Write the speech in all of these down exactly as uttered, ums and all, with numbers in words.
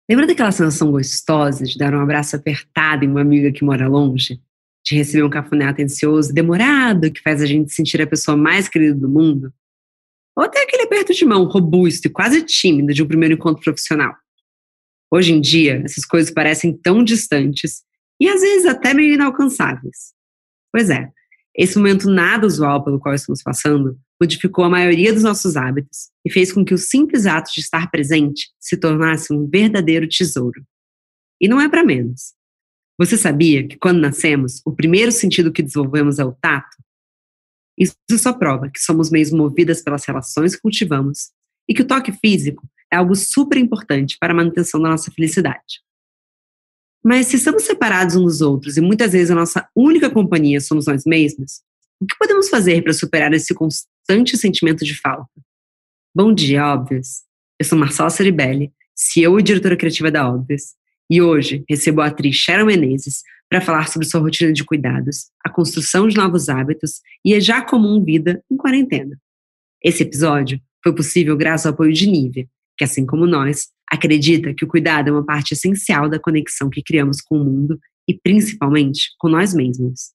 Lembra daquela sensação gostosa de dar um abraço apertado em uma amiga que mora longe? De receber um cafuné atencioso, demorado, que faz a gente sentir a pessoa mais querida do mundo? Ou até aquele aperto de mão robusto e quase tímido de um primeiro encontro profissional? Hoje em dia, essas coisas parecem tão distantes e às vezes até meio inalcançáveis. Pois é, esse momento nada usual pelo qual estamos passando modificou a maioria dos nossos hábitos e fez com que o simples ato de estar presente se tornasse um verdadeiro tesouro. E não é para menos. Você sabia que quando nascemos, o primeiro sentido que desenvolvemos é o tato? Isso só prova que somos mesmo movidas pelas relações que cultivamos e que o toque físico é algo super importante para a manutenção da nossa felicidade. Mas se estamos separados uns dos outros e muitas vezes a nossa única companhia somos nós mesmos, o que podemos fazer para superar esse constante sentimento de falta? Bom dia, Óbvias! Eu sou Marcela Ceribelli, C E O e diretora criativa da Óbvias, e hoje recebo a atriz Sharon Menezes para falar sobre sua rotina de cuidados, a construção de novos hábitos e a já comum vida em quarentena. Esse episódio foi possível graças ao apoio de Nivea, que, assim como nós, acredita que o cuidado é uma parte essencial da conexão que criamos com o mundo e, principalmente, com nós mesmos.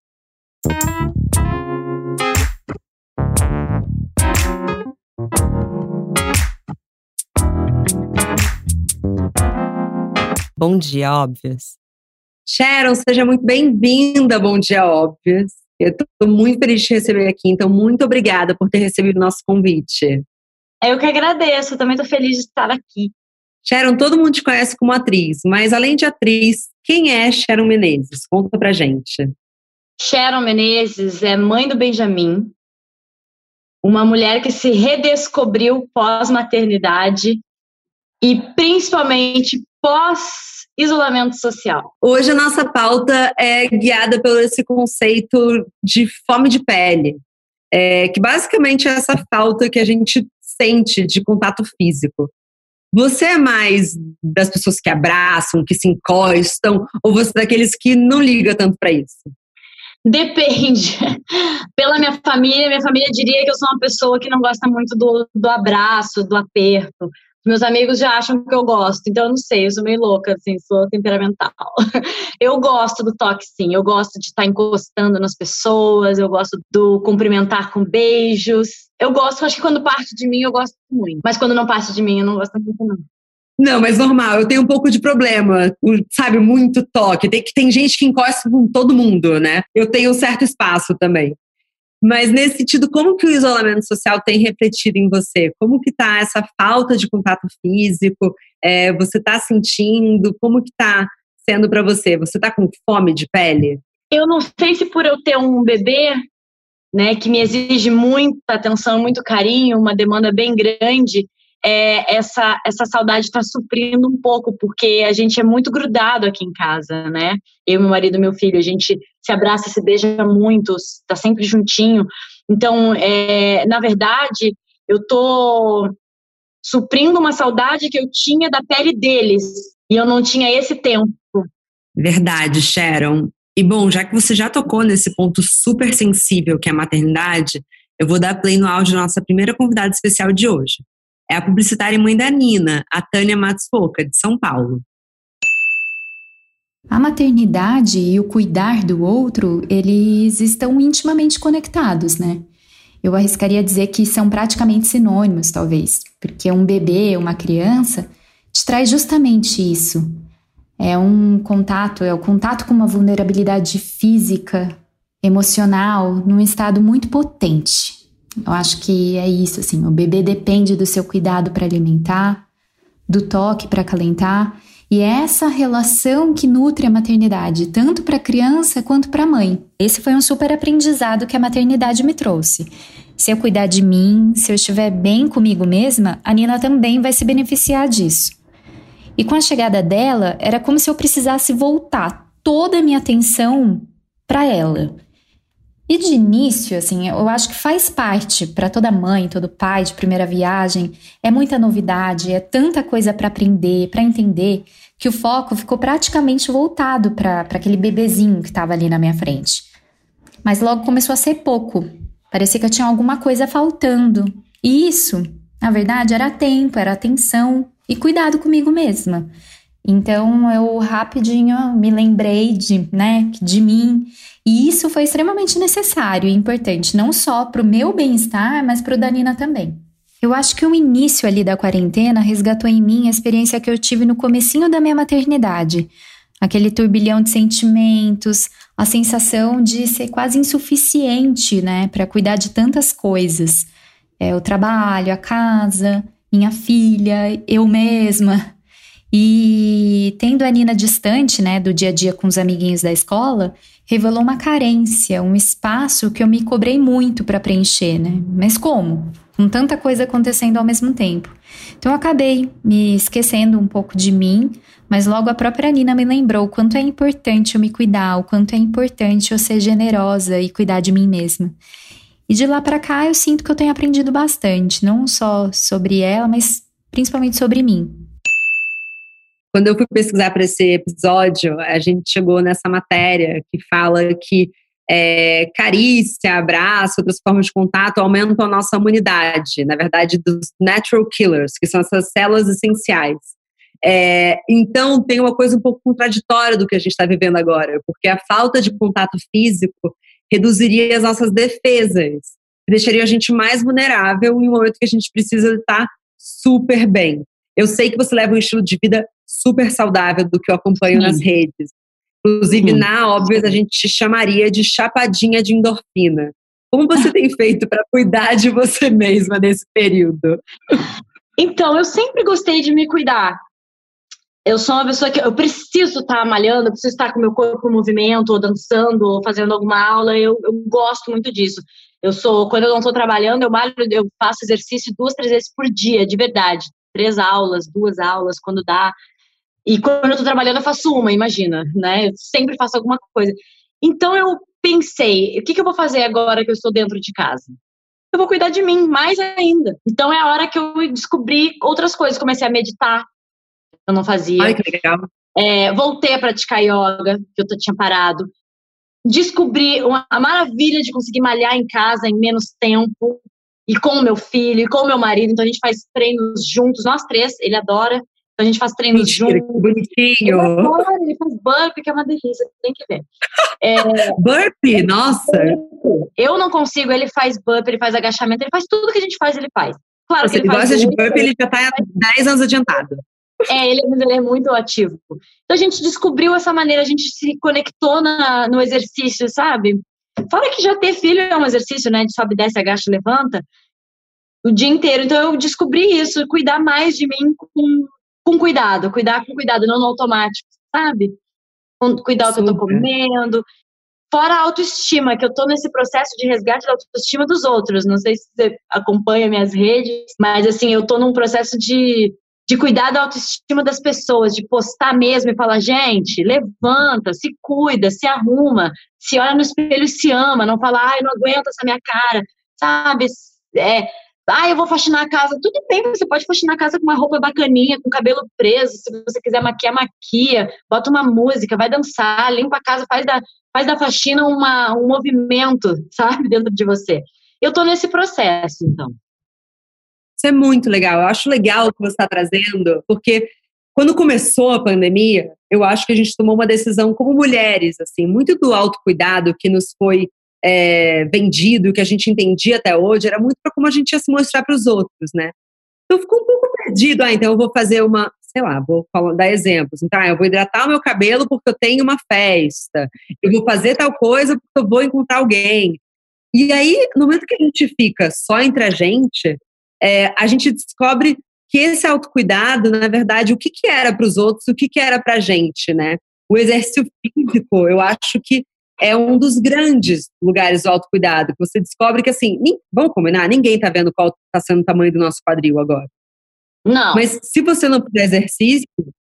Bom dia, Óbvias. Sharon, seja muito bem-vinda, Bom Dia, Óbvias. Eu estou muito feliz de te receber aqui, então muito obrigada por ter recebido o nosso convite. Eu que agradeço, eu também estou feliz de estar aqui. Sharon, todo mundo te conhece como atriz, mas além de atriz, quem é Sharon Menezes? Conta pra gente. Sharon Menezes é mãe do Benjamin, uma mulher que se redescobriu pós-maternidade e principalmente pós-isolamento social. Hoje a nossa pauta é guiada por esse conceito de fome de pele, é, que basicamente é essa falta que a gente sente de contato físico. Você é mais das pessoas que abraçam, que se encostam, ou você é daqueles que não liga tanto para isso? Depende. Pela minha família, minha família diria que eu sou uma pessoa que não gosta muito do, do abraço, do aperto. Meus amigos já acham que eu gosto, então eu não sei, eu sou meio louca, assim, sou temperamental. Eu gosto do toque, sim, eu gosto de estar encostando nas pessoas, eu gosto do cumprimentar com beijos. Eu gosto, acho que quando parte de mim eu gosto muito, mas quando não parte de mim eu não gosto muito, não. Não, mas normal, eu tenho um pouco de problema, sabe, muito toque. Tem, tem gente que encosta com todo mundo, né? Eu tenho um certo espaço também. Mas nesse sentido, como que o isolamento social tem refletido em você? Como que tá essa falta de contato físico? É, você tá sentindo? Como que tá sendo para você? Você tá com fome de pele? Eu não sei se por eu ter um bebê, né, que me exige muita atenção, muito carinho, uma demanda bem grande, é, essa, essa saudade está suprindo um pouco, porque a gente é muito grudado aqui em casa, né? Eu, meu marido e meu filho, a gente se abraça, se beija muito, está sempre juntinho. Então, é, na verdade, eu estou suprindo uma saudade que eu tinha da pele deles, e eu não tinha esse tempo. Verdade, Sharon. E bom, já que você já tocou nesse ponto super sensível que é a maternidade, eu vou dar play no áudio da nossa primeira convidada especial de hoje. É a publicitária e mãe da Nina, a Tânia Matsuoka, de São Paulo. A maternidade e o cuidar do outro, eles estão intimamente conectados, né? Eu arriscaria dizer que são praticamente sinônimos, talvez, porque um bebê, uma criança, te traz justamente isso. É um contato, é o contato com uma vulnerabilidade física, emocional, num estado muito potente. Eu acho que é isso, assim, o bebê depende do seu cuidado para alimentar, do toque para acalentar, e é essa relação que nutre a maternidade, tanto para a criança quanto para a mãe. Esse foi um super aprendizado que a maternidade me trouxe. Se eu cuidar de mim, se eu estiver bem comigo mesma, a Nina também vai se beneficiar disso. E com a chegada dela, era como se eu precisasse voltar toda a minha atenção para ela. E de início, assim, eu acho que faz parte para toda mãe, todo pai de primeira viagem, é muita novidade, é tanta coisa para aprender, para entender, que o foco ficou praticamente voltado para aquele bebezinho que estava ali na minha frente. Mas logo começou a ser pouco, parecia que eu tinha alguma coisa faltando. E isso, na verdade, era tempo, era atenção e cuidado comigo mesma. Então, eu rapidinho me lembrei de, né, de mim. E isso foi extremamente necessário e importante, não só para o meu bem-estar, mas para o da Nina também. Eu acho que o início ali da quarentena resgatou em mim a experiência que eu tive no comecinho da minha maternidade. Aquele turbilhão de sentimentos, a sensação de ser quase insuficiente, né, para cuidar de tantas coisas. É, o trabalho, a casa, minha filha, eu mesma. E tendo a Nina distante, né, do dia a dia com os amiguinhos da escola, revelou uma carência, um espaço que eu me cobrei muito para preencher, né? Mas como? Com tanta coisa acontecendo ao mesmo tempo. Então eu acabei me esquecendo um pouco de mim, mas logo a própria Nina me lembrou o quanto é importante eu me cuidar, o quanto é importante eu ser generosa e cuidar de mim mesma. E de lá para cá eu sinto que eu tenho aprendido bastante, não só sobre ela, mas principalmente sobre mim. Quando eu fui pesquisar para esse episódio, a gente chegou nessa matéria que fala que é, carícia, abraço, outras formas de contato aumentam a nossa imunidade, na verdade, dos natural killers, que são essas células essenciais. É, então, tem uma coisa um pouco contraditória do que a gente está vivendo agora, porque a falta de contato físico reduziria as nossas defesas, deixaria a gente mais vulnerável em um momento que a gente precisa estar super bem. Eu sei que você leva um estilo de vida super saudável do que eu acompanho Sim. nas redes. Inclusive, Sim. na Óbvias, a gente te chamaria de chapadinha de endorfina. Como você tem feito para cuidar de você mesma nesse período? Então, eu sempre gostei de me cuidar. Eu sou uma pessoa que eu preciso estar malhando, eu preciso estar com o meu corpo em movimento, ou dançando, ou fazendo alguma aula. Eu, eu gosto muito disso. Eu sou, quando eu não estou trabalhando, eu malho, eu faço exercício duas, três vezes por dia, de verdade. Três aulas, duas aulas, quando dá. E quando eu tô trabalhando, eu faço uma, imagina, né? Eu sempre faço alguma coisa. Então, eu pensei, o que, que eu vou fazer agora que eu estou dentro de casa? Eu vou cuidar de mim, mais ainda. Então, é a hora que eu descobri outras coisas. Comecei a meditar, eu não fazia. Ai, que legal. É, voltei a praticar yoga, que eu tinha parado. Descobri uma, a maravilha de conseguir malhar em casa em menos tempo. E com o meu filho, e com o meu marido. Então, a gente faz treinos juntos, nós três, ele adora. Então, a gente faz treinos Mentira, juntos. Que bonitinho. Ele adora, ele faz burpee, que é uma delícia, tem que ver. É, burpee, nossa. Eu não consigo, ele faz burpee, ele faz agachamento, ele faz tudo que a gente faz, ele faz. Claro Se que ele, ele gosta faz de burpee, ele já está há dez anos adiantado. É, ele, ele é muito ativo. Então, a gente descobriu essa maneira, a gente se conectou na, no exercício, sabe? Fora que já ter filho é um exercício, né? De sobe, desce, agacha, levanta. O dia inteiro. Então, eu descobri isso, cuidar mais de mim com, com cuidado. Cuidar com cuidado, não no automático, sabe? Cuidar Super. O que eu tô comendo. Fora a autoestima, que eu tô nesse processo de resgate da autoestima dos outros. Não sei se você acompanha minhas redes, mas, assim, eu tô num processo de, de cuidar da autoestima das pessoas, de postar mesmo e falar, gente, levanta, se cuida, se arruma, se olha no espelho e se ama. Não fala, ai, não aguento essa minha cara, sabe? É... Ah, eu vou faxinar a casa. Tudo bem, você pode faxinar a casa com uma roupa bacaninha, com o cabelo preso. Se você quiser maquiar, maquia. Bota uma música, vai dançar, limpa a casa, faz da, faz da faxina uma, um movimento, sabe, dentro de você. Eu tô nesse processo, então. Isso é muito legal. Eu acho legal o que você está trazendo, porque quando começou a pandemia, eu acho que a gente tomou uma decisão como mulheres, assim, muito do autocuidado que nos foi É, vendido, que a gente entendia até hoje, era muito para como a gente ia se mostrar para os outros, né? Então ficou um pouco perdido. Ah, então eu vou fazer uma, sei lá, vou falar, dar exemplos. Então, ah, eu vou hidratar o meu cabelo porque eu tenho uma festa. Eu vou fazer tal coisa porque eu vou encontrar alguém. E aí, no momento que a gente fica só entre a gente, é, a gente descobre que esse autocuidado, na verdade, o que, que era para os outros, o que, que era para a gente, né? O exercício físico, eu acho que é um dos grandes lugares do autocuidado, que você descobre que, assim, nem, vamos combinar, ninguém tá vendo qual tá sendo o tamanho do nosso quadril agora. Não. Mas se você não fizer exercício,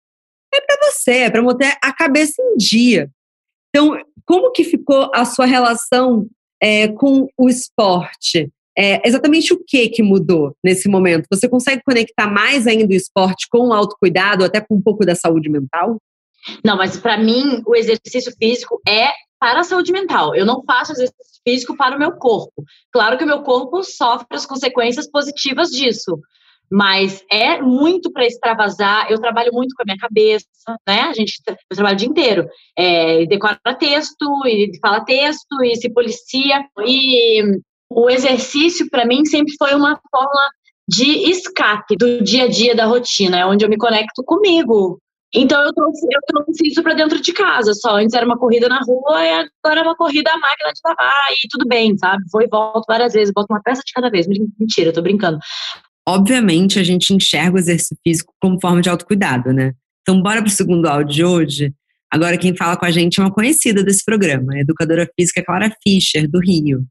é pra você, é pra manter a cabeça em dia. Então, como que ficou a sua relação é, com o esporte? É, exatamente o que que mudou nesse momento? Você consegue conectar mais ainda o esporte com o autocuidado, até com um pouco da saúde mental? Não, mas para mim, o exercício físico é para a saúde mental. Eu não faço exercício físico para o meu corpo. Claro que o meu corpo sofre as consequências positivas disso. Mas é muito para extravasar. Eu trabalho muito com a minha cabeça, né? A gente, eu trabalho o dia inteiro. É, decora texto, e fala texto, e se policia. E o exercício, para mim, sempre foi uma forma de escape do dia a dia, da rotina. É onde eu me conecto comigo. Então, eu trouxe, eu trouxe isso para dentro de casa. Só antes era uma corrida na rua e agora é uma corrida à máquina de lavar. E tudo bem, sabe? Vou e volto várias vezes. Boto uma peça de cada vez. Mentira, eu tô brincando. Obviamente, a gente enxerga o exercício físico como forma de autocuidado, né? Então, bora pro segundo áudio de hoje. Agora, quem fala com a gente é uma conhecida desse programa, a educadora física Clara Fischer, do Rio.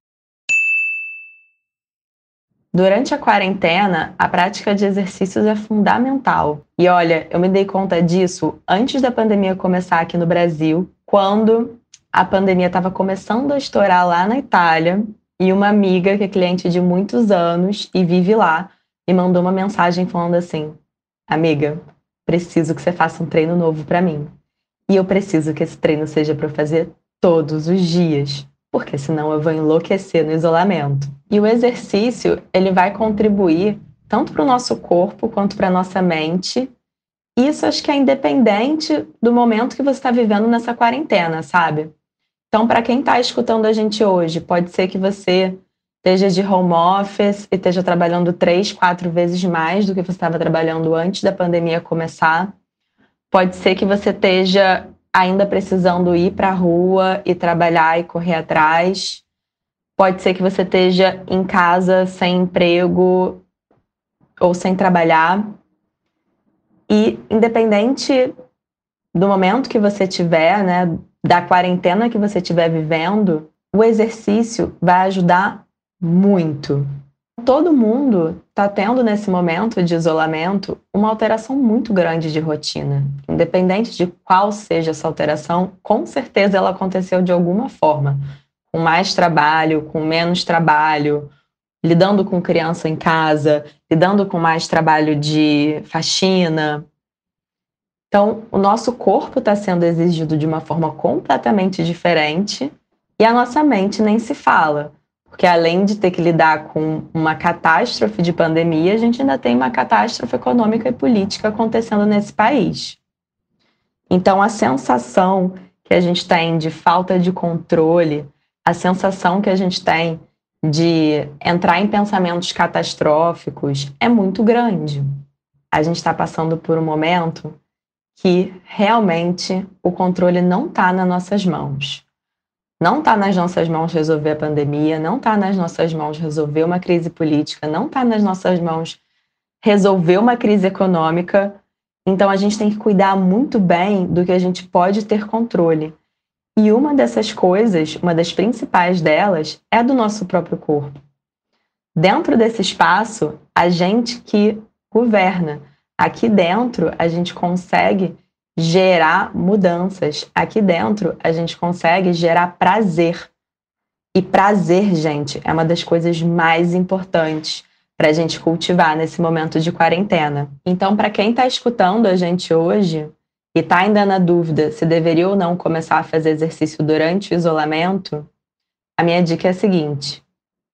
Durante a quarentena, a prática de exercícios é fundamental. E olha, eu me dei conta disso antes da pandemia começar aqui no Brasil, quando a pandemia estava começando a estourar lá na Itália, e uma amiga que é cliente de muitos anos e vive lá, me mandou uma mensagem falando assim: amiga, preciso que você faça um treino novo para mim. E eu preciso que esse treino seja para eu fazer todos os dias, porque senão eu vou enlouquecer no isolamento. E o exercício, ele vai contribuir tanto para o nosso corpo quanto para a nossa mente. Isso acho que é independente do momento que você está vivendo nessa quarentena, sabe? Então, para quem está escutando a gente hoje, pode ser que você esteja de home office e esteja trabalhando três, quatro vezes mais do que você estava trabalhando antes da pandemia começar. Pode ser que você esteja ainda precisando ir para a rua e trabalhar e correr atrás. Pode ser que você esteja em casa sem emprego ou sem trabalhar. E independente do momento que você tiver, né, da quarentena que você estiver vivendo, o exercício vai ajudar muito. Todo mundo está tendo nesse momento de isolamento uma alteração muito grande de rotina. Independente de qual seja essa alteração, com certeza ela aconteceu de alguma forma. Com mais trabalho, com menos trabalho, lidando com criança em casa, lidando com mais trabalho de faxina. Então, o nosso corpo está sendo exigido de uma forma completamente diferente e a nossa mente nem se fala. Porque além de ter que lidar com uma catástrofe de pandemia, a gente ainda tem uma catástrofe econômica e política acontecendo nesse país. Então, a sensação que a gente tem de falta de controle, a sensação que a gente tem de entrar em pensamentos catastróficos é muito grande. A gente está passando por um momento que realmente o controle não está nas nossas mãos. Não está nas nossas mãos resolver a pandemia, não está nas nossas mãos resolver uma crise política, não está nas nossas mãos resolver uma crise econômica. Então, a gente tem que cuidar muito bem do que a gente pode ter controle. E uma dessas coisas, uma das principais delas, é do nosso próprio corpo. Dentro desse espaço, a gente que governa. Aqui dentro, a gente consegue gerar mudanças. Aqui dentro, a gente consegue gerar prazer. E prazer, gente, é uma das coisas mais importantes para a gente cultivar nesse momento de quarentena. Então, para quem está escutando a gente hoje e está ainda na dúvida se deveria ou não começar a fazer exercício durante o isolamento, a minha dica é a seguinte: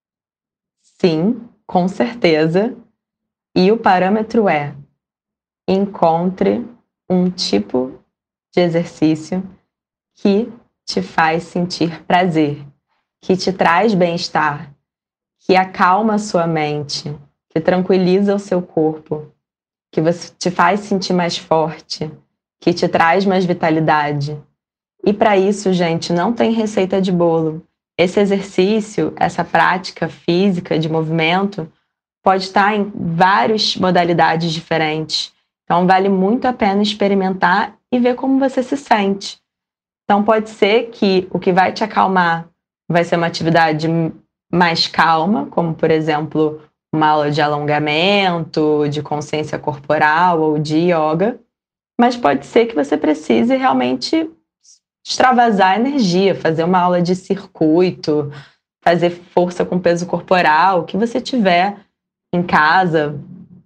sim, com certeza. E o parâmetro é: encontre um tipo de exercício que te faz sentir prazer, que te traz bem-estar, que acalma a sua mente, que tranquiliza o seu corpo, que você te faz sentir mais forte, que te traz mais vitalidade. E para isso, gente, não tem receita de bolo. Esse exercício, essa prática física de movimento, pode estar em várias modalidades diferentes. Então, vale muito a pena experimentar e ver como você se sente. Então, pode ser que o que vai te acalmar vai ser uma atividade mais calma, como, por exemplo, uma aula de alongamento, de consciência corporal ou de yoga. Mas pode ser que você precise realmente extravasar a energia, fazer uma aula de circuito, fazer força com peso corporal, o que você tiver em casa.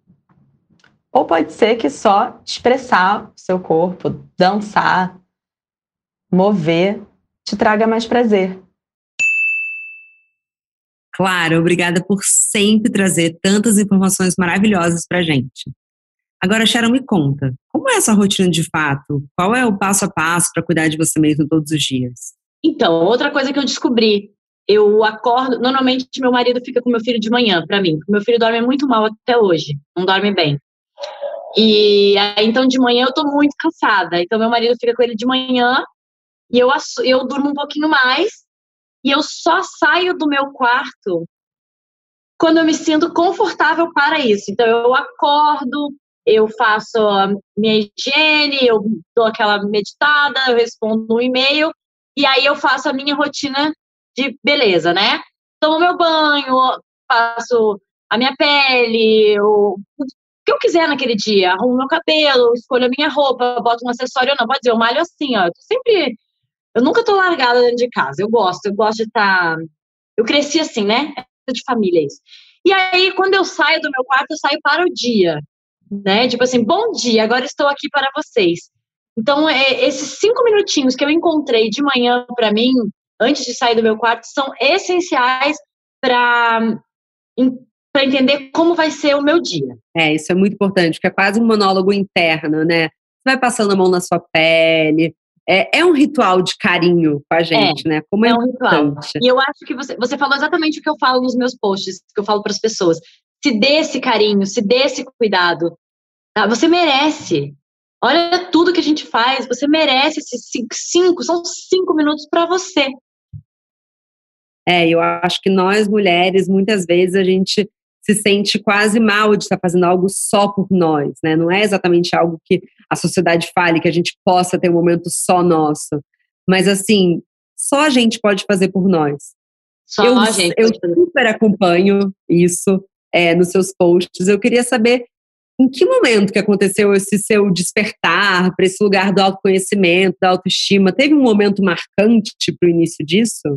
Ou pode ser que só expressar o seu corpo, dançar, mover, te traga mais prazer. Clara, obrigada por sempre trazer tantas informações maravilhosas pra gente. Agora, Sharon, me conta, como é essa rotina de fato? Qual é o passo a passo para cuidar de você mesmo todos os dias? Então, outra coisa que eu descobri, eu acordo, normalmente meu marido fica com meu filho de manhã pra mim, porque meu filho dorme muito mal até hoje, não dorme bem. E aí, então de manhã eu tô muito cansada, então meu marido fica com ele de manhã e eu, eu durmo um pouquinho mais e eu só saio do meu quarto quando eu me sinto confortável para isso. Então eu acordo, eu faço a minha higiene, eu dou aquela meditada, eu respondo um e-mail e aí eu faço a minha rotina de beleza, né? Tomo meu banho, faço a minha pele, o que eu quiser naquele dia, arrumo meu cabelo, escolho a minha roupa, boto um acessório ou não, pode dizer, eu malho assim, ó, eu tô sempre, eu nunca tô largada dentro de casa, eu gosto, eu gosto de estar, tá... eu cresci assim, né? É de família isso. E aí, quando eu saio do meu quarto, eu saio para o dia, né? Tipo assim, bom dia, agora estou aqui para vocês. Então, é, esses cinco minutinhos que eu encontrei de manhã para mim, antes de sair do meu quarto, são essenciais para para entender como vai ser o meu dia. É, isso é muito importante, porque é quase um monólogo interno, né? Você vai passando a mão na sua pele. É, é um ritual de carinho com a gente, é, né? Como é, é um ritual. importante. E eu acho que você, você falou exatamente o que eu falo nos meus posts, que eu falo para as pessoas. Se dê esse carinho, se dê esse cuidado. Tá? Você merece. Olha tudo que a gente faz. Você merece esses cinco, cinco são cinco minutos para você. É, eu acho que nós mulheres, muitas vezes, a gente se sente quase mal de estar fazendo algo só por nós, né? Não é exatamente algo que a sociedade fale, que a gente possa ter um momento só nosso. Mas, assim, só a gente pode fazer por nós. Só eu, a gente Eu pode fazer. super acompanho isso é, nos seus posts. Eu queria saber em que momento que aconteceu esse seu despertar para esse lugar do autoconhecimento, da autoestima. Teve um momento marcante para o início disso?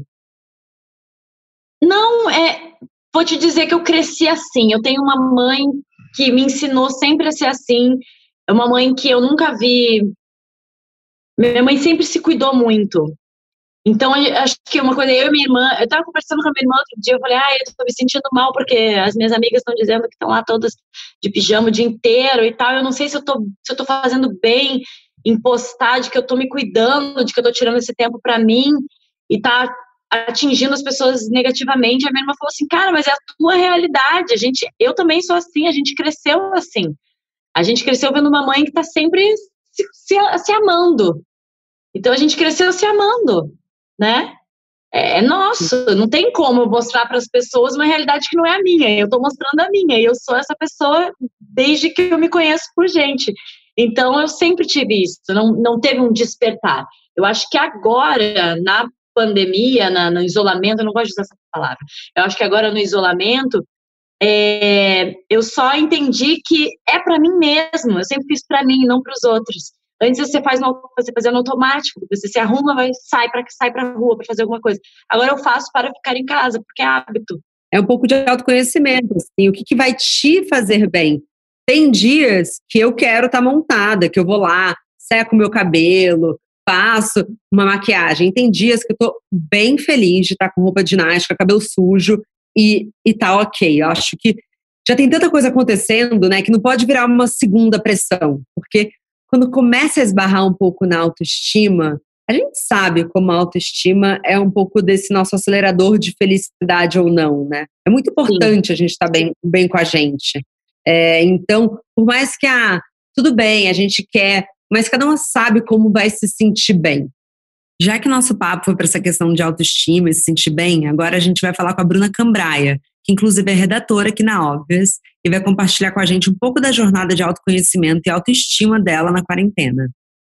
Não, é... Vou te dizer que eu cresci assim. Eu tenho uma mãe que me ensinou sempre a ser assim. É uma mãe que eu nunca vi... Minha mãe sempre se cuidou muito. Então, acho que uma coisa... Eu e minha irmã... Eu estava conversando com a minha irmã outro dia. Eu falei, ah, eu estou me sentindo mal porque as minhas amigas estão dizendo que estão lá todas de pijama o dia inteiro e tal. Eu não sei se eu tô, se eu tô fazendo bem em postar de que eu estou me cuidando, de que eu estou tirando esse tempo para mim e tá atingindo as pessoas negativamente. A minha irmã falou assim, cara, mas é a tua realidade, a gente, eu também sou assim, a gente cresceu assim, a gente cresceu vendo uma mãe que tá sempre se, se, se amando, então a gente cresceu se amando, né, é, é nosso, não tem como eu mostrar para as pessoas uma realidade que não é a minha, eu tô mostrando a minha, e eu sou essa pessoa desde que eu me conheço por gente, então eu sempre tive isso, não, não teve um despertar. Eu acho que agora, na pandemia, na, no isolamento, eu não gosto de usar essa palavra, eu acho que agora no isolamento, é, eu só entendi que é para mim mesmo, eu sempre fiz para mim, não para os outros. Antes você faz no, você fazia no automático, você se arruma, vai, sai para sai para rua para fazer alguma coisa. Agora eu faço para ficar em casa, porque é hábito. É um pouco de autoconhecimento, assim, o que, que vai te fazer bem. Tem dias que eu quero estar montada, que eu vou lá, seco meu cabelo, faço uma maquiagem. Tem dias que eu tô bem feliz de estar com roupa de ginástica, cabelo sujo e, e tá ok. Eu acho que já tem tanta coisa acontecendo, né, que não pode virar uma segunda pressão, porque quando começa a esbarrar um pouco na autoestima, a gente sabe como a autoestima é um pouco desse nosso acelerador de felicidade ou não, né? É muito importante Sim. a gente estar bem, bem com a gente. É, então, por mais que, ah, tudo bem, a gente quer, mas cada uma sabe como vai se sentir bem. Já que nosso papo foi para essa questão de autoestima e se sentir bem, agora a gente vai falar com a Bruna Cambraia, que inclusive é redatora aqui na Óbvias, e vai compartilhar com a gente um pouco da jornada de autoconhecimento e autoestima dela na quarentena.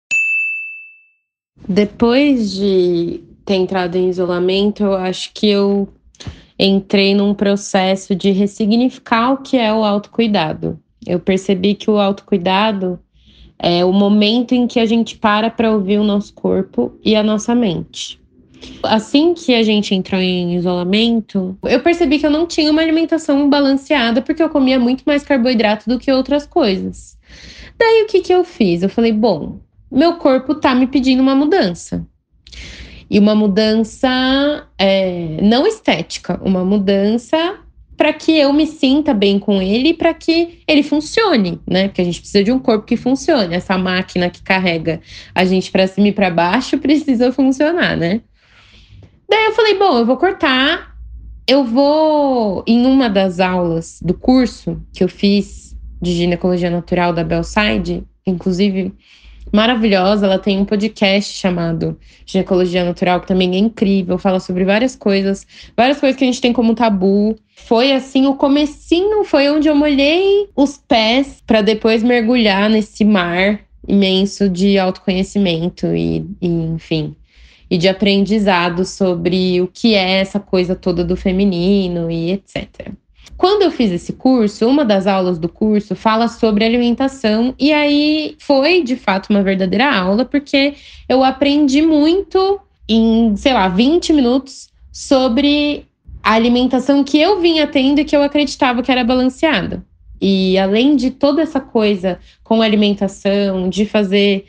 Depois de ter entrado em isolamento, eu acho que eu entrei num processo de ressignificar o que é o autocuidado. Eu percebi que o autocuidado é o momento em que a gente para para ouvir o nosso corpo e a nossa mente. Assim que a gente entrou em isolamento, eu percebi que eu não tinha uma alimentação balanceada porque eu comia muito mais carboidrato do que outras coisas. Daí o que que eu fiz? Eu falei, bom, meu corpo tá me pedindo uma mudança. E uma mudança é, não estética, uma mudança para que eu me sinta bem com ele e para que ele funcione, né? Porque a gente precisa de um corpo que funcione. Essa máquina que carrega a gente para cima e para baixo precisa funcionar, né? Daí eu falei, bom, eu vou cortar. Eu vou, em uma das aulas do curso que eu fiz de ginecologia natural da Belside, inclusive maravilhosa, ela tem um podcast chamado Ginecologia Natural, que também é incrível, fala sobre várias coisas, várias coisas que a gente tem como tabu. Foi assim, o comecinho foi onde eu molhei os pés para depois mergulhar nesse mar imenso de autoconhecimento e, e enfim, e de aprendizado sobre o que é essa coisa toda do feminino e etcétera. Quando eu fiz esse curso, uma das aulas do curso fala sobre alimentação, e aí foi, de fato, uma verdadeira aula, porque eu aprendi muito em, sei lá, vinte minutos sobre a alimentação que eu vinha tendo e que eu acreditava que era balanceada. E além de toda essa coisa com alimentação, de fazer...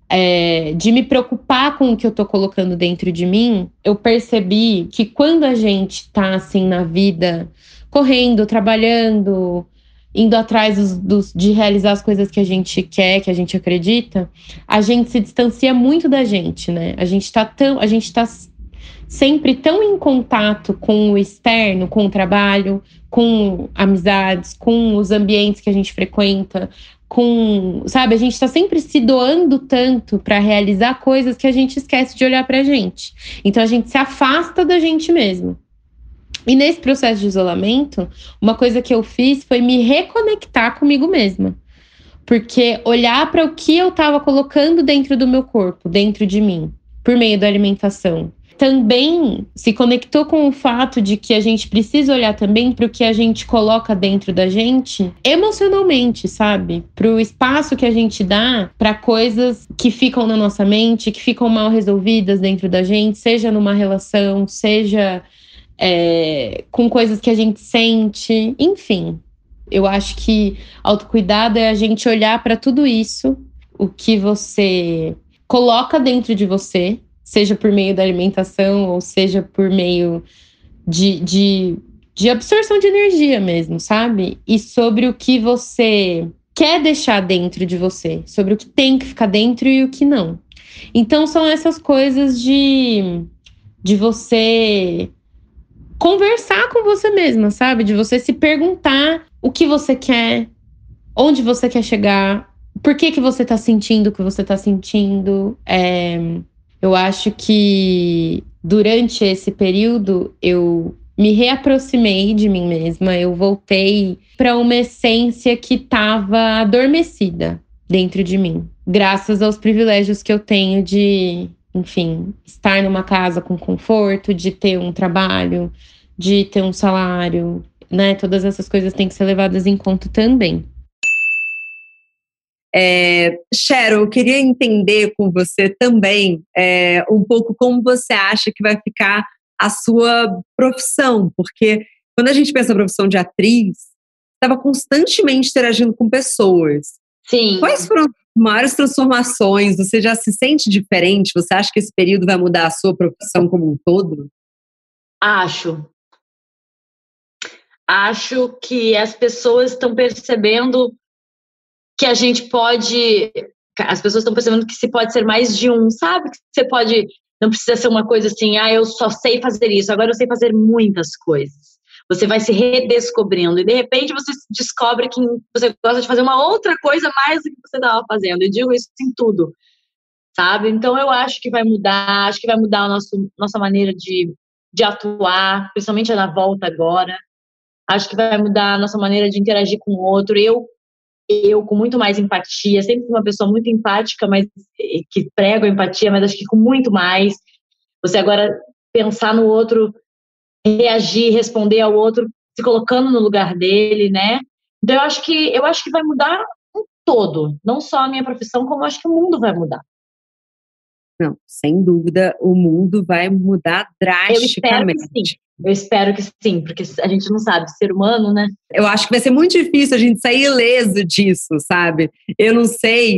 É, de me preocupar com o que eu tô colocando dentro de mim, eu percebi que quando a gente tá assim na vida, correndo, trabalhando, indo atrás dos, dos, de realizar as coisas que a gente quer, que a gente acredita, a gente se distancia muito da gente, né? A gente tá tão, a gente tá sempre tão em contato com o externo, com o trabalho, com amizades, com os ambientes que a gente frequenta, com, sabe, a gente tá sempre se doando tanto para realizar coisas que a gente esquece de olhar pra gente. Então a gente se afasta da gente mesmo. E nesse processo de isolamento, uma coisa que eu fiz foi me reconectar comigo mesma. Porque olhar para o que eu tava colocando dentro do meu corpo, dentro de mim, por meio da alimentação, também se conectou com o fato de que a gente precisa olhar também para o que a gente coloca dentro da gente emocionalmente, sabe? Para o espaço que a gente dá para coisas que ficam na nossa mente, que ficam mal resolvidas dentro da gente, seja numa relação, seja é, com coisas que a gente sente, enfim. Eu acho que autocuidado é a gente olhar para tudo isso, o que você coloca dentro de você, seja por meio da alimentação ou seja por meio de, de, de absorção de energia mesmo, sabe? E sobre o que você quer deixar dentro de você, sobre o que tem que ficar dentro e o que não. Então são essas coisas de, de você conversar com você mesma, sabe? De você se perguntar o que você quer, onde você quer chegar, por que que você tá sentindo o que você tá sentindo. É... Eu acho que durante esse período eu me reaproximei de mim mesma, eu voltei para uma essência que estava adormecida dentro de mim, graças aos privilégios que eu tenho de, enfim, estar numa casa com conforto, de ter um trabalho, de ter um salário, né? Todas essas coisas têm que ser levadas em conta também. É, Cheryl, eu queria entender com você também é, um pouco como você acha que vai ficar a sua profissão, porque quando a gente pensa na profissão de atriz, estava constantemente interagindo com pessoas. Sim. Quais foram as maiores transformações? Você já se sente diferente? Você acha que esse período vai mudar a sua profissão como um todo? Acho. Acho que as pessoas estão percebendo que a gente pode, as pessoas estão percebendo que se pode ser mais de um, sabe? Que você pode, não precisa ser uma coisa assim, ah, eu só sei fazer isso, agora eu sei fazer muitas coisas. Você vai se redescobrindo e de repente você descobre que você gosta de fazer uma outra coisa mais do que você estava fazendo. Eu digo isso em tudo, sabe? Então eu acho que vai mudar, acho que vai mudar a nossa, nossa maneira de, de atuar, principalmente na volta agora. Acho que vai mudar a nossa maneira de interagir com o outro. Eu Eu, com muito mais empatia, sempre fui uma pessoa muito empática, mas que prego a empatia, mas acho que com muito mais. Você agora pensar no outro, reagir, responder ao outro, se colocando no lugar dele, né? Então, eu acho que, eu acho que vai mudar um todo. Não só a minha profissão, como eu acho que o mundo vai mudar. Não, sem dúvida, o mundo vai mudar drasticamente. Eu espero que sim. Eu espero que sim, porque a gente não sabe, ser humano, né? Eu acho que vai ser muito difícil a gente sair ileso disso, sabe? Eu não sei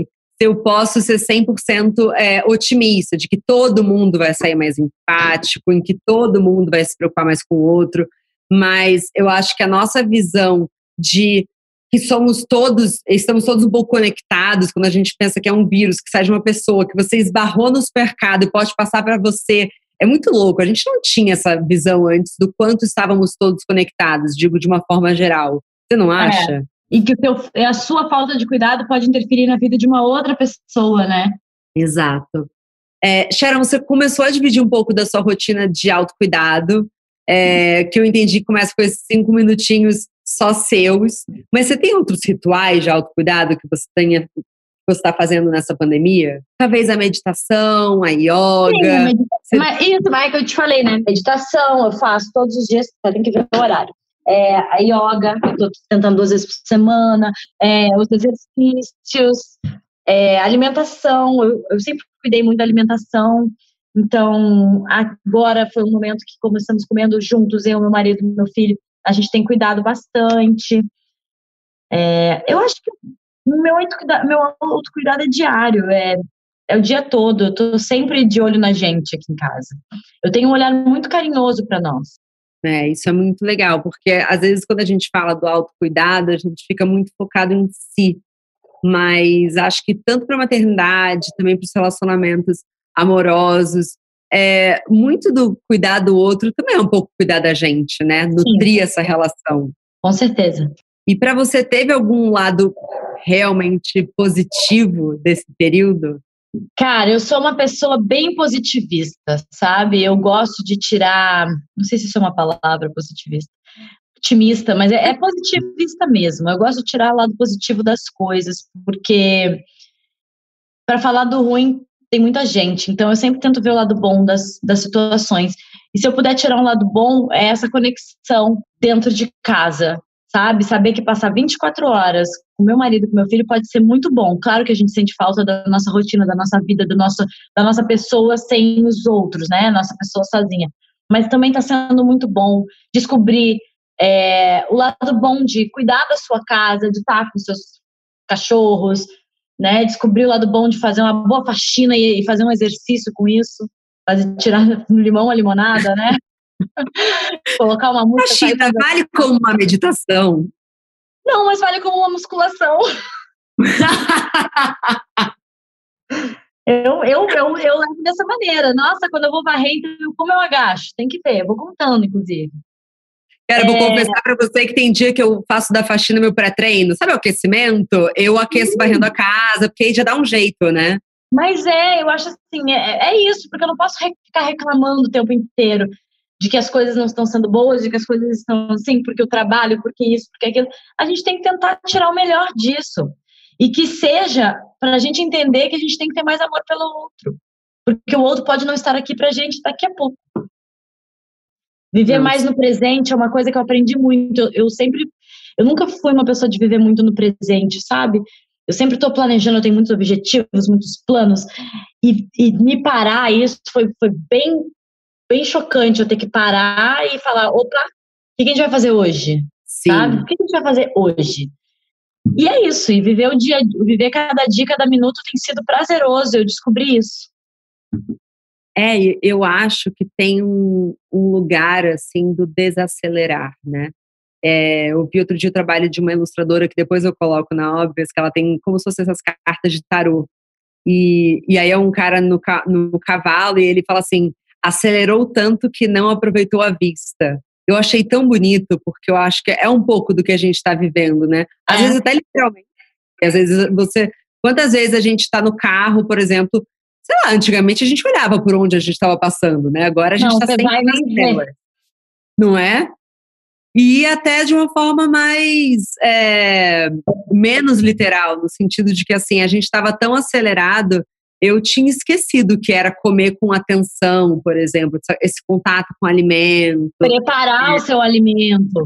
se eu posso ser cem por cento é, otimista, de que todo mundo vai sair mais empático, em que todo mundo vai se preocupar mais com o outro, mas eu acho que a nossa visão de que somos todos, estamos todos um pouco conectados, quando a gente pensa que é um vírus, que sai de uma pessoa, que você esbarrou no supermercado e pode passar para você, é muito louco. A gente não tinha essa visão antes do quanto estávamos todos conectados, digo de uma forma geral. Você não acha? É. E que o teu, a sua falta de cuidado pode interferir na vida de uma outra pessoa, né? Exato. É, Sharon, você começou a dividir um pouco da sua rotina de autocuidado, é, que eu entendi que começa com esses cinco minutinhos só seus, mas você tem outros rituais de autocuidado que você tenha, que você está fazendo nessa pandemia? Talvez a meditação, a yoga. Sim, a meditação. Você... Mas isso, mas é que eu te falei, né? Meditação eu faço todos os dias, só tem que ver o horário. É, a yoga, eu estou tentando duas vezes por semana, é, os exercícios, é, alimentação, eu, eu sempre cuidei muito da alimentação, então agora foi um momento que começamos comendo juntos, eu, meu marido e meu filho, a gente tem cuidado bastante. É, eu acho que o meu autocuidado, meu autocuidado é diário, é, é o dia todo, eu estou sempre de olho na gente aqui em casa. Eu tenho um olhar muito carinhoso para nós. É, isso é muito legal, porque às vezes quando a gente fala do autocuidado, a gente fica muito focado em si, mas acho que tanto para a maternidade, também para os relacionamentos amorosos, é, muito do cuidar do outro também é um pouco cuidar da gente, né? Nutrir Sim. essa relação. Com certeza. E para você, teve algum lado realmente positivo desse período? Cara, eu sou uma pessoa bem positivista, sabe? Eu gosto de tirar, não sei se isso é uma palavra, positivista, otimista, mas é, é positivista mesmo. Eu gosto de tirar o lado positivo das coisas, porque para falar do ruim tem muita gente, então eu sempre tento ver o lado bom das, das situações. E se eu puder tirar um lado bom, é essa conexão dentro de casa, sabe? Saber que passar vinte e quatro horas com meu marido, com meu filho, pode ser muito bom. Claro que a gente sente falta da nossa rotina, da nossa vida, do nosso, da nossa pessoa sem os outros, né? Nossa pessoa sozinha. Mas também está sendo muito bom descobrir é, o lado bom de cuidar da sua casa, de estar com seus cachorros, né? Descobrir o lado bom de fazer uma boa faxina e, e fazer um exercício com isso, fazer, tirar no limão a limonada, né? Colocar uma música. Faxina vale como uma meditação? Não, mas vale como uma musculação. eu, eu, eu, eu levo dessa maneira. Nossa, quando eu vou varrer, como eu agacho? Tem que ver, eu vou contando, inclusive. Cara, eu vou é... confessar pra você que tem dia que eu faço da faxina meu pré-treino. Sabe o aquecimento? Eu aqueço uhum. varrendo a casa, porque aí já dá um jeito, né? Mas é, eu acho assim, é, é isso, porque eu não posso re- ficar reclamando o tempo inteiro de que as coisas não estão sendo boas, de que as coisas estão assim, porque eu trabalho, porque isso, porque aquilo. A gente tem que tentar tirar o melhor disso. E que seja para a gente entender que a gente tem que ter mais amor pelo outro. Porque o outro pode não estar aqui pra gente daqui a pouco. Viver Nossa. mais no presente é uma coisa que eu aprendi muito. Eu, eu sempre... Eu nunca fui uma pessoa de viver muito no presente, sabe? Eu sempre estou planejando, eu tenho muitos objetivos, muitos planos. E, e me parar, isso foi, foi bem... bem chocante eu ter que parar e falar, opa, o que a gente vai fazer hoje? Sim. Sabe? O que a gente vai fazer hoje? E é isso, e viver o dia, viver cada dia, cada minuto tem sido prazeroso, eu descobri isso. É, eu acho que tem um, um lugar, assim, do desacelerar, né? É, eu vi outro dia o trabalho de uma ilustradora que depois eu coloco na Óbvias, que ela tem como se fossem essas cartas de tarô. E, e aí é um cara no, no cavalo e ele fala assim, acelerou tanto que não aproveitou a vista. Eu achei tão bonito, porque eu acho que é um pouco do que a gente está vivendo, né? Às é. vezes até literalmente. Às vezes você... Quantas vezes a gente está no carro, por exemplo, sei lá, antigamente a gente olhava por onde a gente estava passando, né? Agora a gente está sempre nas telas. Não é? E até de uma forma mais... É, menos literal, no sentido de que, assim, a gente estava tão acelerado. Eu tinha esquecido que era comer com atenção, por exemplo, esse contato com o alimento. Preparar é. o seu alimento.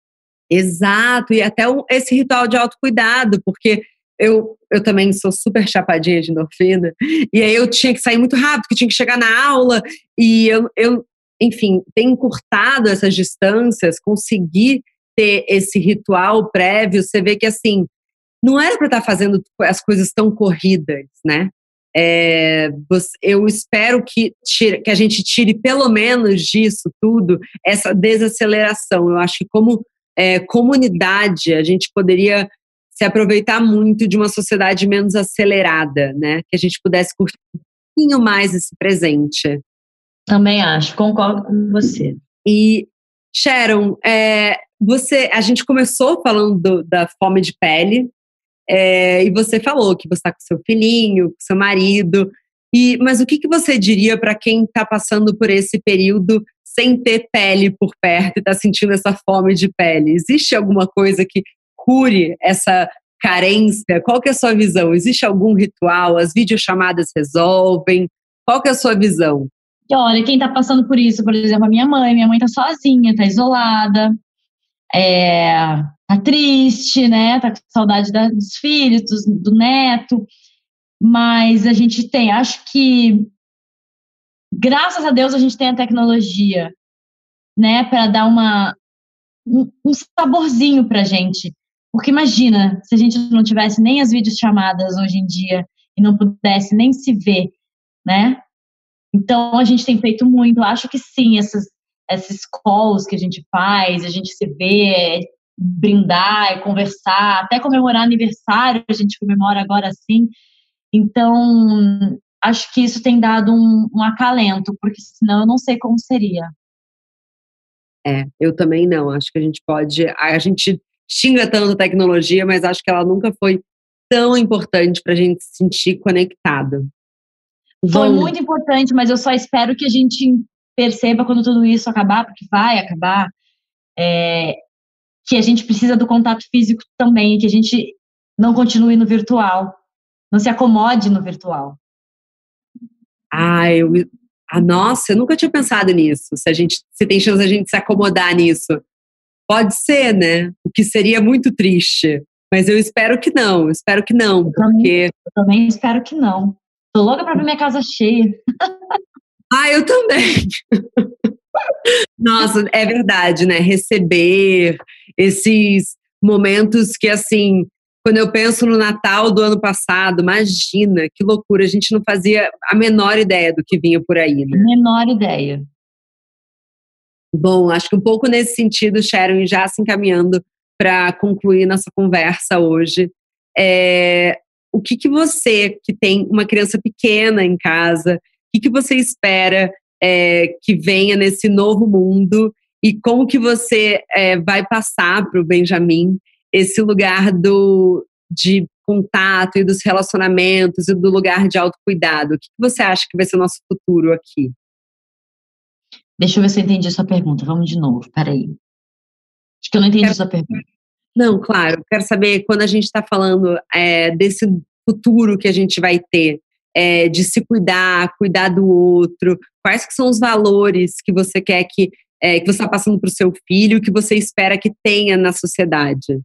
Exato, e até um, esse ritual de autocuidado, porque eu, eu também sou super chapadinha de endorfina, e aí eu tinha que sair muito rápido, porque tinha que chegar na aula, e eu, eu enfim, tenho encurtado essas distâncias, conseguir ter esse ritual prévio, você vê que, assim, não era para estar fazendo as coisas tão corridas, né? É, eu espero que, tire, que a gente tire pelo menos disso tudo essa desaceleração. Eu acho que como é, comunidade a gente poderia se aproveitar muito de uma sociedade menos acelerada, né? Que a gente pudesse curtir um pouquinho mais esse presente. Também acho, concordo com você. E Sharon, é, você, a gente começou falando do, da fome de pele. É, e você falou que você está com seu filhinho, com seu marido, e, mas o que, que você diria para quem está passando por esse período sem ter pele por perto e está sentindo essa fome de pele? Existe alguma coisa que cure essa carência? Qual que é a sua visão? Existe algum ritual? As videochamadas resolvem? Qual que é a sua visão? E olha, quem está passando por isso, por exemplo, a minha mãe, minha mãe está sozinha, está isolada, é... tá triste, né? Tá com saudade da, dos filhos, dos, do neto. Mas a gente tem, acho que, graças a Deus, a gente tem a tecnologia, né? Para dar uma, um, um saborzinho pra gente. Porque imagina, se a gente não tivesse nem as videochamadas hoje em dia e não pudesse nem se ver, né? Então, a gente tem feito muito. Acho que sim, essas, esses calls que a gente faz, a gente se vê, brindar, conversar, até comemorar aniversário, a gente comemora agora sim. Então, acho que isso tem dado um, um acalento, porque senão eu não sei como seria. É, eu também não. Acho que a gente pode... A gente xinga tanto a tecnologia, mas acho que ela nunca foi tão importante para a gente se sentir conectado. Foi Vamos. muito importante, mas eu só espero que a gente perceba quando tudo isso acabar, porque vai acabar, é, que a gente precisa do contato físico também, que a gente não continue no virtual, não se acomode no virtual. Ah, eu, ah, nossa, eu nunca tinha pensado nisso, se, a gente, se tem chance de a gente se acomodar nisso. Pode ser, né? O que seria muito triste, mas eu espero que não, espero que não, eu porque... Também, eu também espero que não. Tô louca pra ver minha casa cheia. Ah, eu também. Nossa, é verdade, né? Receber esses momentos que, assim, quando eu penso no Natal do ano passado, imagina, que loucura, a gente não fazia a menor ideia do que vinha por aí, né? Menor ideia. Bom, acho que um pouco nesse sentido, Sharon, já se encaminhando para concluir nossa conversa hoje, é, o que, que você, que tem uma criança pequena em casa, o que, que você espera é, que venha nesse novo mundo e como que você é, vai passar para o Benjamin esse lugar do, de contato e dos relacionamentos e do lugar de autocuidado? O que, que você acha que vai ser o nosso futuro aqui? Deixa eu ver se eu entendi a sua pergunta. Vamos de novo, peraí. Acho que eu não entendi a sua pergunta. Não, claro. Quero saber, quando a gente está falando é, desse futuro que a gente vai ter, é, de se cuidar, cuidar do outro, quais que são os valores que você quer que, é, que você está passando para o seu filho, que você espera que tenha na sociedade?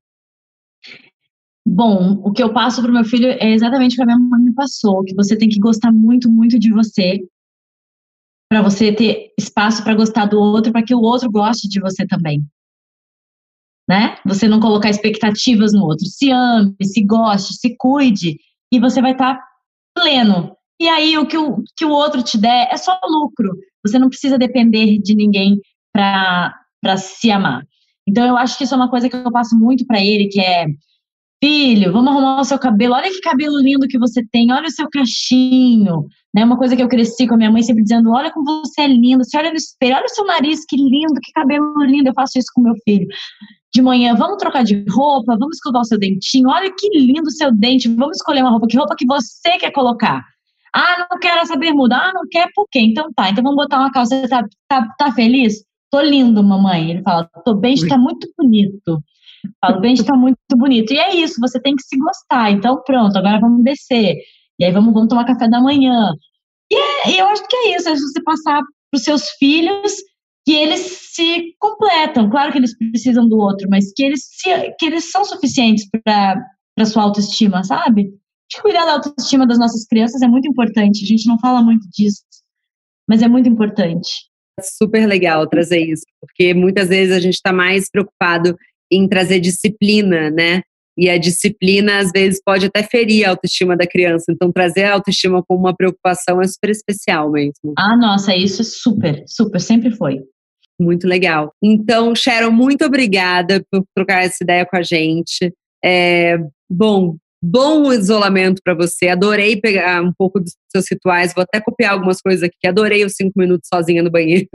Bom, o que eu passo para o meu filho é exatamente o que a minha mãe me passou, que você tem que gostar muito, muito de você, para você ter espaço para gostar do outro, para que o outro goste de você também. Né? Você não colocar expectativas no outro. Se ame, se goste, se cuide, e você vai estar tá pleno. E aí o que, o que o outro te der é só lucro. Você não precisa depender de ninguém para para se amar. Então eu acho que isso é uma coisa que eu passo muito para ele, que é: filho, vamos arrumar o seu cabelo, olha que cabelo lindo que você tem, olha o seu cachinho, né? Uma coisa que eu cresci com a minha mãe sempre dizendo: olha como você é lindo, você olha no espelho, olha o seu nariz, que lindo, que cabelo lindo. Eu faço isso com meu filho. De manhã, vamos trocar de roupa, vamos escovar o seu dentinho, olha que lindo o seu dente, vamos escolher uma roupa, que roupa que você quer colocar? Ah, não quero essa bermuda. Ah, não quer por quê? Então tá, então vamos botar uma calça. Você tá, tá, tá feliz? Tô lindo, mamãe. Ele fala: tô bem, está muito bonito. Eu falo: bem, está muito bonito. E é isso, você tem que se gostar. Então pronto, agora vamos descer. E aí vamos, vamos tomar café da manhã. E é, eu acho que é isso, é você passar para os seus filhos que eles se completam. Claro que eles precisam do outro, mas que eles, se, que eles são suficientes para a sua autoestima, sabe? Acho que cuidar da autoestima das nossas crianças é muito importante. A gente não fala muito disso, mas é muito importante. É super legal trazer isso, porque muitas vezes a gente está mais preocupado em trazer disciplina, né? E a disciplina, às vezes, pode até ferir a autoestima da criança. Então, trazer a autoestima como uma preocupação é super especial mesmo. Ah, nossa, isso é super, super, sempre foi. Muito legal. Então, Sharon, muito obrigada por trocar essa ideia com a gente. É, bom, bom isolamento para você. Adorei pegar um pouco dos seus rituais. Vou até copiar algumas coisas aqui. Adorei os cinco minutos sozinha no banheiro.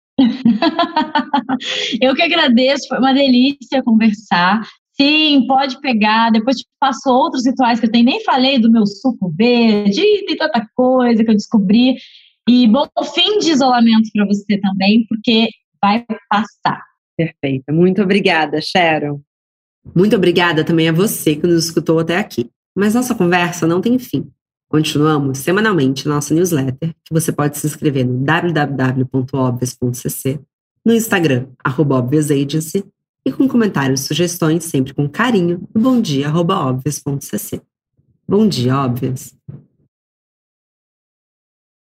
Eu que agradeço, foi uma delícia conversar. Sim, pode pegar, depois te passo outros rituais que eu tenho, nem falei do meu suco verde, tem tanta coisa que eu descobri. E bom fim de isolamento para você também, porque vai passar. Perfeita, muito obrigada, Sharon. Muito obrigada também a você que nos escutou até aqui. Mas nossa conversa não tem fim. Continuamos semanalmente na nossa newsletter, que você pode se inscrever no w w w ponto obvious ponto c c, no Instagram, arroba obvious agency, e com comentários e sugestões sempre com carinho no bomdia arroba obvious ponto c c. Bom dia, Obvious!